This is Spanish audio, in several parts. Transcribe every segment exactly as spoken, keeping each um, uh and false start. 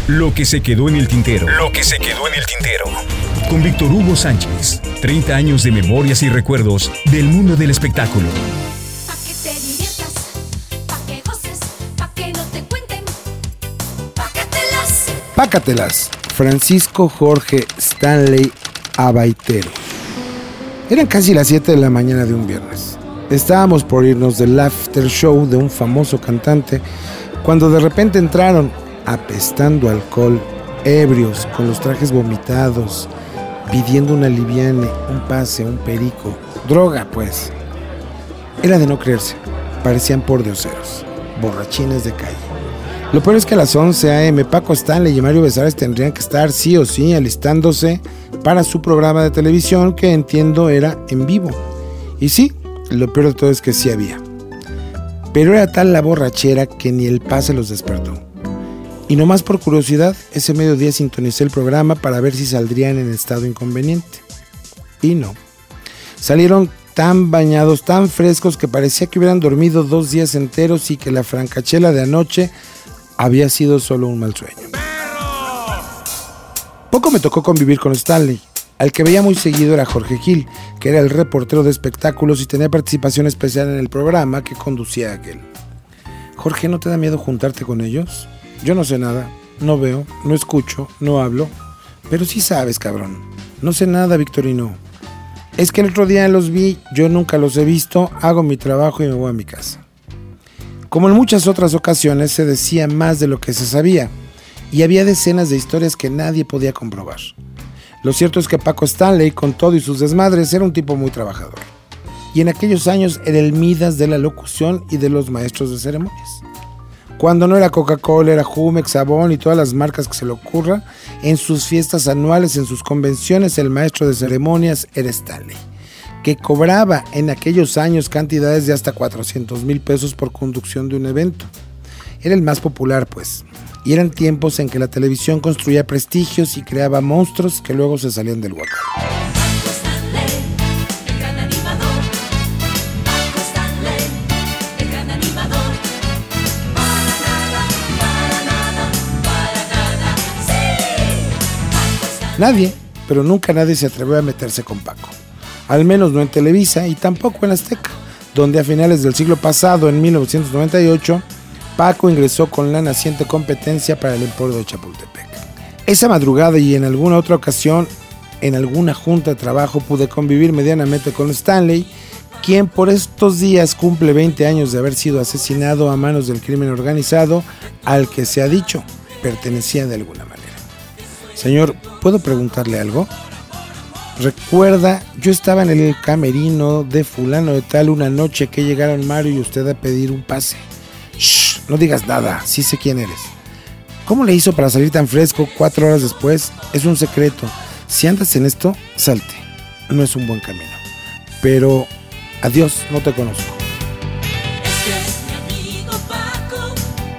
Lo que se quedó en el tintero. Lo que se quedó en el tintero. Con Víctor Hugo Sánchez. treinta años de memorias y recuerdos del mundo del espectáculo. Pa' que te diviertas, pa' que goces, pa' que no te cuenten, pácatelas. Pácatelas. Francisco Jorge Stanley Abaitero. Eran casi las siete de la mañana de un viernes. Estábamos por irnos del after show de un famoso cantante cuando de repente entraron, apestando alcohol, ebrios, con los trajes vomitados, pidiendo una liviane, un pase, un perico, droga pues. Era de no creerse, parecían pordioseros, borrachines de calle. Lo peor es que a las once a eme Paco Stanley y Mario Besares tendrían que estar sí o sí alistándose para su programa de televisión, que entiendo era en vivo. Y sí, lo peor de todo es que sí había. Pero era tal la borrachera que ni el pase los despertó. Y nomás por curiosidad, ese mediodía sintonicé el programa para ver si saldrían en estado inconveniente. Y no. Salieron tan bañados, tan frescos, que parecía que hubieran dormido dos días enteros y que la francachela de anoche había sido solo un mal sueño. Poco me tocó convivir con Stanley. Al que veía muy seguido era Jorge Gil, que era el reportero de espectáculos y tenía participación especial en el programa que conducía aquel. Jorge, ¿no te da miedo juntarte con ellos? Yo no sé nada, no veo, no escucho, no hablo. Pero sí sabes, cabrón. No sé nada, Victorino. Es que el otro día los vi, yo nunca los he visto, hago mi trabajo y me voy a mi casa. Como en muchas otras ocasiones, se decía más de lo que se sabía, y había decenas de historias que nadie podía comprobar. Lo cierto es que Paco Stanley, con todo y sus desmadres, era un tipo muy trabajador. Y en aquellos años era el Midas de la locución y de los maestros de ceremonias. Cuando no era Coca-Cola, era Jumex, Sabón y todas las marcas que se le ocurra, en sus fiestas anuales, en sus convenciones, el maestro de ceremonias era Stanley, que cobraba en aquellos años cantidades de hasta cuatrocientos mil pesos por conducción de un evento. Era el más popular, pues. Y eran tiempos en que la televisión construía prestigios y creaba monstruos que luego se salían del huacal. Paco Stanley, el gran animador. Paco Stanley, el gran animador. Para nada, para nada, para nada, sí. Paco Stanley. Nadie, pero nunca nadie se atrevió a meterse con Paco. Al menos no en Televisa y tampoco en Azteca, donde a finales del siglo pasado, en mil novecientos noventa y ocho, Paco ingresó con la naciente competencia para el Emporio de Chapultepec. Esa madrugada y en alguna otra ocasión, en alguna junta de trabajo, pude convivir medianamente con Stanley, quien por estos días cumple veinte años de haber sido asesinado a manos del crimen organizado, al que se ha dicho pertenecía de alguna manera. Señor, ¿puedo preguntarle algo? Recuerda, yo estaba en el camerino de fulano de tal una noche que llegaron Mario y usted a pedir un pase. Shh, no digas nada, sí sé quién eres. ¿Cómo le hizo para salir tan fresco cuatro horas después? Es un secreto. Si andas en esto, salte. No es un buen camino. Pero, adiós, no te conozco. Es que es mi amigo Paco,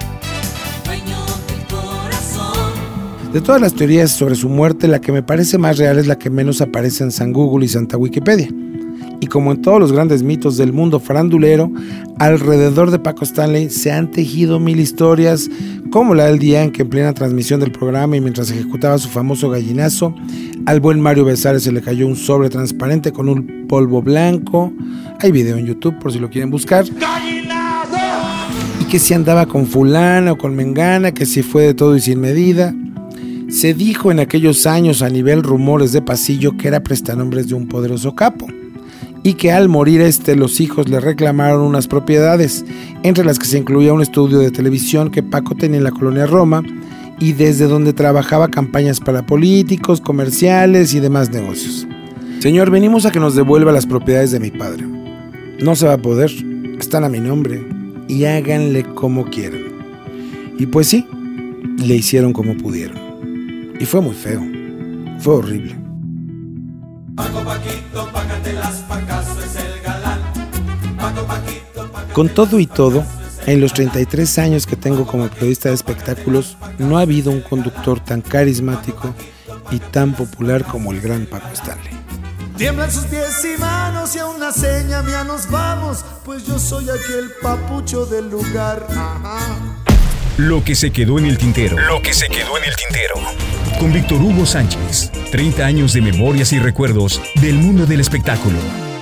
dueño del corazón. De todas las teorías sobre su muerte, la que me parece más real es la que menos aparece en San Google y Santa Wikipedia. Y como en todos los grandes mitos del mundo farandulero, alrededor de Paco Stanley se han tejido mil historias, como la del día en que en plena transmisión del programa y mientras ejecutaba su famoso gallinazo, al buen Mario Besares se le cayó un sobre transparente con un polvo blanco. Hay video en YouTube por si lo quieren buscar. ¡Gallinazo! Y que si andaba con fulana o con mengana, que si fue de todo y sin medida. Se dijo en aquellos años a nivel rumores de pasillo que era prestanombres de un poderoso capo, y que al morir este los hijos le reclamaron unas propiedades, entre las que se incluía un estudio de televisión que Paco tenía en la colonia Roma y desde donde trabajaba campañas para políticos, comerciales y demás negocios. Señor, venimos a que nos devuelva las propiedades de mi padre. No se va a poder, están a mi nombre y háganle como quieran. Y pues sí, le hicieron como pudieron. Y fue muy feo, fue horrible. Paco Paquito, pácatelas, Pacaso es el galán. Paco Paquito, Paquito. Con todo y todo, en los treinta y tres años que tengo como periodista de espectáculos, no ha habido un conductor tan carismático y tan popular como el gran Paco Stanley. Tiemblan sus pies y manos y a una seña mía nos vamos, pues yo soy aquel papucho del lugar. Ajá. Lo que se quedó en el tintero. Lo que se quedó en el tintero. Con Víctor Hugo Sánchez. treinta años de memorias y recuerdos del mundo del espectáculo.